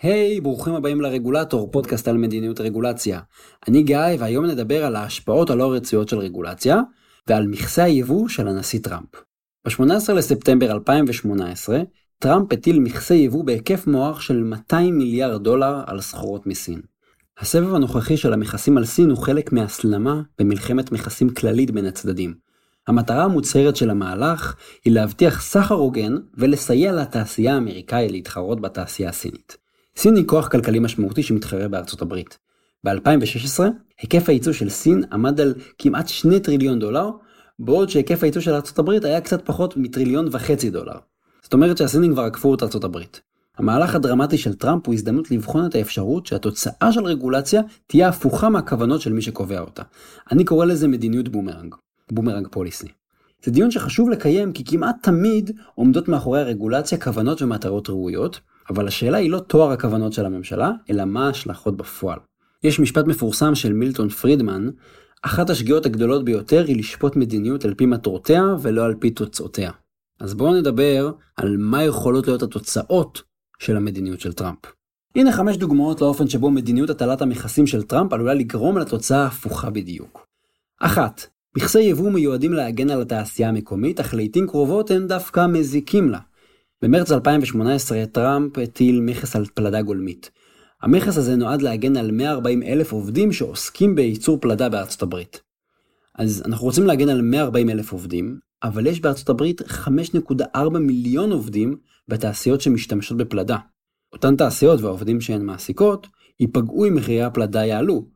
היי, ברוכים הבאים לרגולטור, פודקאסט על מדיניות רגולציה. אני גיא, והיום נדבר על ההשפעות הלא רצויות של רגולציה, ועל מכסי היבוא של הנשיא טראמפ. ב-18 לספטמבר 2018, טראמפ הטיל מכסי יבוא בהיקף מוערך של $200 מיליארד על סחורות מסין. הסבב הנוכחי של המכסים על סין הוא חלק מהסלמה במלחמת מכסים כללית בין הצדדים. המטרה המוצהרת של המהלך היא להבטיח סחר הוגן ולסייע לתעשייה האמריקאית להתחרות בתעשייה הסינית. סין היא כוח כלכלי משמעותי שמתחרה בארצות הברית. ב-2016, היקף הייצוא של סין עמד על כמעט $2 טריליון, בעוד שהיקף הייצוא של ארצות הברית היה קצת פחות $1.5 טריליון. זאת אומרת שהסינים כבר עקפו את ארצות הברית. המהלך הדרמטי של טראמפ הוא הזדמנות לבחון את האפשרות שהתוצאה של רגולציה תהיה הפוכה מהכוונות של מי שקובע אותה. אני קורא לזה מדיניות בומרנג פוליסי. זה דיון שחשוב לקיים כי כמעט תמיד עומדות מאחורי הרגולציה כוונות ומטרות ראויות, אבל השאלה היא לא תואר הכוונות של הממשלה, אלא מה ההשלכות בפועל. יש משפט מפורסם של מילטון פרידמן, אחת השגיאות הגדולות ביותר היא לשפוט מדיניות על פי מטרותיה ולא על פי תוצאותיה. אז בואו נדבר על מה יכולות להיות התוצאות של המדיניות של טראמפ. הנה 5 דוגמאות לאופן שבו מדיניות הטלת המכסים של טראמפ עלולה לגרום לתוצאה ההפוכה בדיוק. 1. מכסי יבוא מיועדים להגן על התעשייה המקומית, אך לעתים קרובות הם דווקא מזיקים לה. במרץ 2018 טראמפ הטיל מכס על פלדה גולמית. המכס הזה נועד להגן על 140,000 עובדים שעוסקים בייצור פלדה בארצות הברית. אז אנחנו רוצים להגן על 140,000 עובדים, אבל יש בארצות הברית 5.4 מיליון עובדים בתעשיות שמשתמשות בפלדה. אותן תעשיות והעובדים שהן מעסיקות ייפגעו אם מחירי הפלדה יעלו,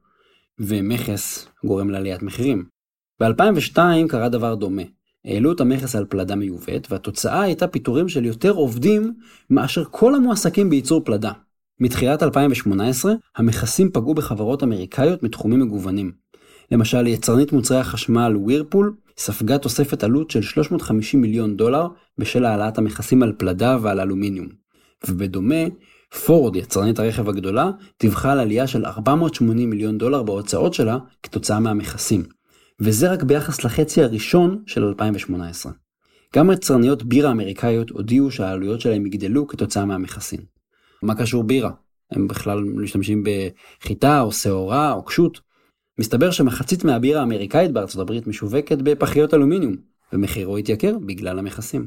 ומכס גורם לעליית מחירים. ב-2002 קרה דבר דומה. העלו את המכס על פלדה מיובאת, והתוצאה הייתה פיטורים של יותר עובדים מאשר כל המועסקים בייצור פלדה. מתחילת 2018, המכסים פגעו בחברות אמריקאיות מתחומים מגוונים. למשל, יצרנית מוצרי החשמל ווירפול ספגה תוספת עלות של $350 מיליון בשל העלאת המכסים על פלדה ועל אלומיניום. ובדומה, פורד, יצרנית הרכב הגדולה, דיווחה על עלייה של $480 מיליון בהוצאות שלה כתוצאה מהמכסים. וזה רק ביחס לחצי הראשון של 2018. גם יצרניות בירה אמריקאיות הודיעו שהעלויות שלהם יגדלו כתוצאה מהמכסים. מה קשור בירה? הם בכלל משתמשים בחיטה או שעורה או קשות. מסתבר שמחצית מהבירה האמריקאית בארצות הברית משווקת בפחיות אלומיניום, ומחירו התייקר בגלל המכסים.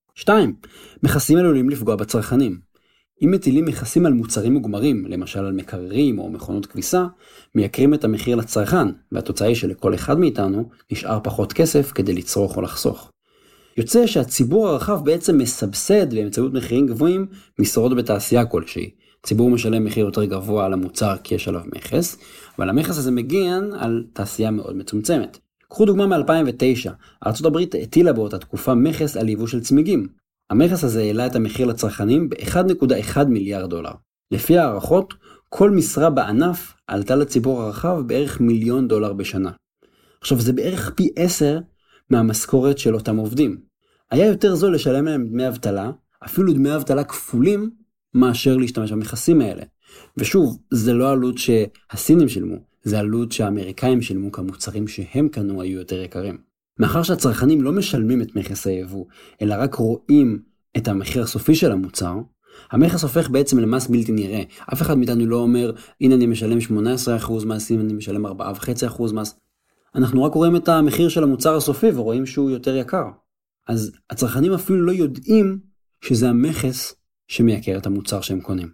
2. מכסים עלולים לפגוע בצרכנים. אם מטילים מכסים על מוצרים מוגמרים, למשל על מקררים או מכונות כביסה, מייקרים את המחיר לצרכן, והתוצאה היא שלכל אחד מאיתנו נשאר פחות כסף כדי לצרוך או לחסוך. יוצא שהציבור הרחב בעצם מסבסד באמצעות מחירים גבוהים משרות בתעשייה כלשהי. הציבור משלם מחיר יותר גבוה על המוצר כי יש עליו מכס, אבל המכס הזה מגן על תעשייה מאוד מצומצמת. קחו דוגמה מ-2009, ארצות הברית הטילה באותה תקופה מכס על יבוא של צמיגים. המכס הזה העלה את המחיר לצרכנים ב-$1.1 מיליארד. לפי הערכות, כל משרה בענף עלתה לציבור הרחב בערך $1 מיליון בשנה. עכשיו זה בערך פי 10 מהמשכורת של אותם עובדים. היה יותר זול לשלם להם דמי אבטלה, אפילו דמי אבטלה כפולים מאשר להשתמש במכסים האלה. ושוב, זה לא עלות שהסינים שילמו, זה עלות שהאמריקאים שילמו כמוצרים שהם קנו היו יותר יקרים. מאחר שהצרכנים לא משלמים את מכס היבוא, אלא רק רואים את המחיר הסופי של המוצר, המכס הופך בעצם למס בלתי נראה. אף אחד מאיתנו לא אומר, הנה אני משלם 18% מס, הנה אני משלם 4.5% מס. אנחנו רק רואים את המחיר של המוצר הסופי ורואים שהוא יותר יקר. אז הצרכנים אפילו לא יודעים שזה המכס שמייקר את המוצר שהם קונים.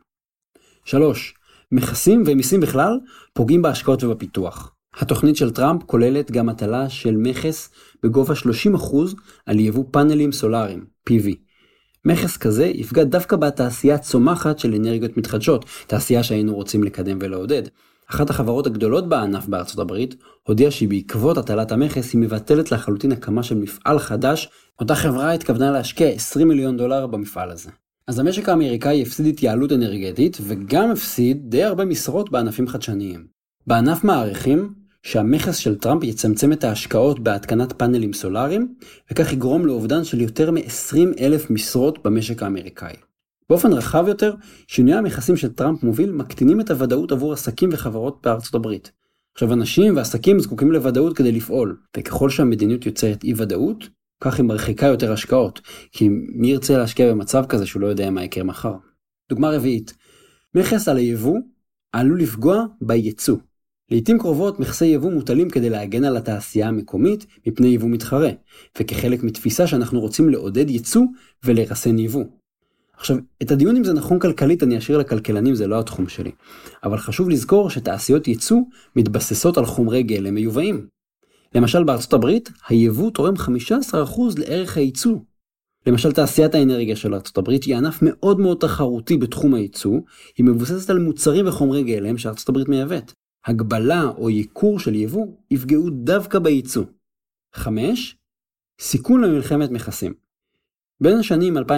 3. מכסים ומיסים בכלל פוגעים בהשקעות ובפיתוח. התוכנית של טראמפ כוללת גם הטלה של מכס בגובה 30% על יבוא פאנלים סולאריים, PV. מכס כזה יפגע דווקא בתעשייה צומחת של אנרגיות מתחדשות, תעשייה שהיינו רוצים לקדם ולעודד. אחת החברות הגדולות בענף בארצות הברית הודיעה שבעקבות הטלת המכס היא מבטלת לחלוטין הקמה של מפעל חדש, אותה חברה התכוונה להשקיע $20 מיליון במפעל הזה. אז המשק האמריקאי הפסיד התייעלות אנרגטית וגם הפסיד די הרבה משרות בענפים חדשניים. בענף מעריכים שהמכס של טראמפ יצמצם את ההשקעות בהתקנת פאנלים סולאריים, וכך יגרום לאובדן של יותר מ-20,000 משרות במשק האמריקאי. באופן רחב יותר, שינויי המכסים של טראמפ מוביל מקטינים את הוודאות עבור עסקים וחברות בארצות הברית. עכשיו אנשים ועסקים זקוקים לוודאות כדי לפעול, וככל שהמדיניות יוצרת אי ודאות, כך היא מרחיקה יותר השקעות, כי מי ירצה להשקיע במצב כזה שהוא לא יודע מה יקרה מחר. דוגמה רביעית, מכס על היבוא עלול לפגוע בייצוא. לעתים קרובות מכסי יבוא מוטלים כדי להגן על התעשייה המקומית מפני יבוא מתחרה, וכחלק מתפיסה שאנחנו רוצים לעודד ייצוא ולרסן יבוא. עכשיו, את הדיון אם זה נכון כלכלית אני אשאיר לכלכלנים, זה לא התחום שלי. אבל חשוב לזכור שתעשיות ייצוא מתבססות על חומרי גלם מיובאים. למשל בארצות הברית, היבוא תורם 15% לערך הייצוא. למשל תעשיית האנרגיה של ארצות הברית היא ענף מאוד מאוד תחרותי בתחום הייצוא, היא מבוססת על מוצרים וחומרי גלם שארצות הברית מייבאת. הגבלה או ייקור של יבוא יפגעו דווקא בייצוא. 5. סיכון למלחמת מכסים. בין השנים 2012-2015,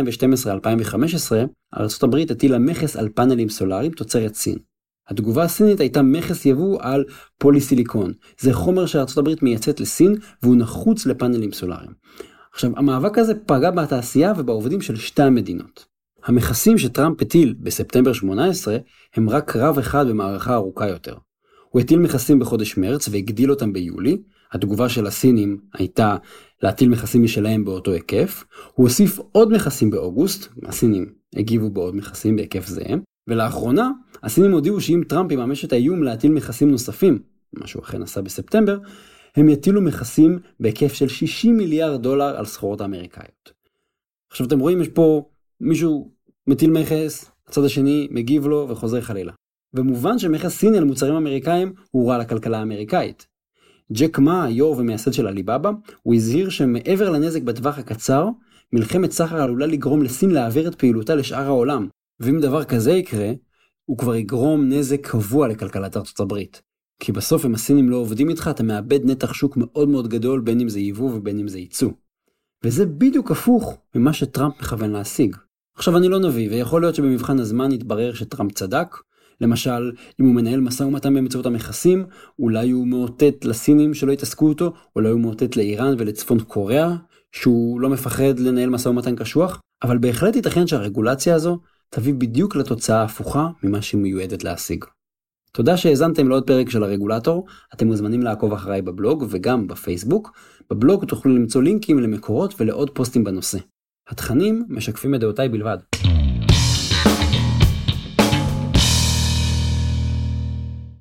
ארצות הברית הטילה מכס על פאנלים סולאריים תוצרת סין. התגובה הסינית הייתה מכס יבוא על פוליסיליקון. זה חומר שארצות הברית מייצאת לסין והוא נחוץ לפאנלים סולאריים. עכשיו, המאבק הזה פגע בתעשייה ובעובדים של שתי המדינות. המכסים שטראמפ הטיל בספטמבר 18 הם רק קרב אחד במערכה ארוכה יותר. הוא הטיל מכסים בחודש מרץ והגדיל אותם ביולי. התגובה של הסינים הייתה להטיל מכסים משלהם באותו היקף. הוא הוסיף עוד מכסים באוגוסט, הסינים הגיבו בעוד מכסים בהיקף זה. ולאחרונה, הסינים הודיעו שאם טראמפ יממש את האיום להטיל מכסים נוספים, מה שהוא אכן עשה בספטמבר, הם יטילו מכסים בהיקף של $60 מיליארד על סחורות האמריקאיות. עכשיו אתם רואים, יש פה מישהו מטיל מכס, הצד השני מגיב לו וחוזר חלילה. במובן שמכס סיני על מוצרים אמריקאים הוא רע לכלכלה האמריקאית. ג'ק מה, היו"ר ומייסד של עליבאבא, הוא הזהיר שמעבר לנזק בטווח הקצר, מלחמת סחר עלולה לגרום לסין להעביר את פעילותה לשאר העולם. ואם דבר כזה יקרה, הוא כבר יגרום נזק קבוע לכלכלת ארצות הברית. כי בסוף אם הסינים לא עובדים איתך, אתה מאבד נתח שוק מאוד מאוד גדול, בין אם זה ייבוא ובין אם זה ייצוא. וזה בדיוק הפוך ממה שטראמפ מכוון להשיג. עכשיו אני לא נביא, ויכול להיות שבמבחן הזמן יתברר שטראמפ צדק. למשל, אם הוא מנהל משא ומתן באמצעות המכסים, אולי הוא מאותת לסינים שלא יתעסקו אותו, אולי הוא מאותת לאיראן ולצפון קוריאה, שהוא לא מפחד לנהל משא ומתן קשוח, אבל בהחלט ייתכן שהרגולציה הזו תביא בדיוק לתוצאה ההפוכה ממה שהיא מיועדת להשיג. תודה שהאזנתם לעוד פרק של הרגולטור, אתם מוזמנים לעקוב אחריי בבלוג וגם בפייסבוק. בבלוג תוכלו למצוא לינקים למקורות ולעוד פוסטים בנושא. התכנים משקפים את דעותיי בלבד.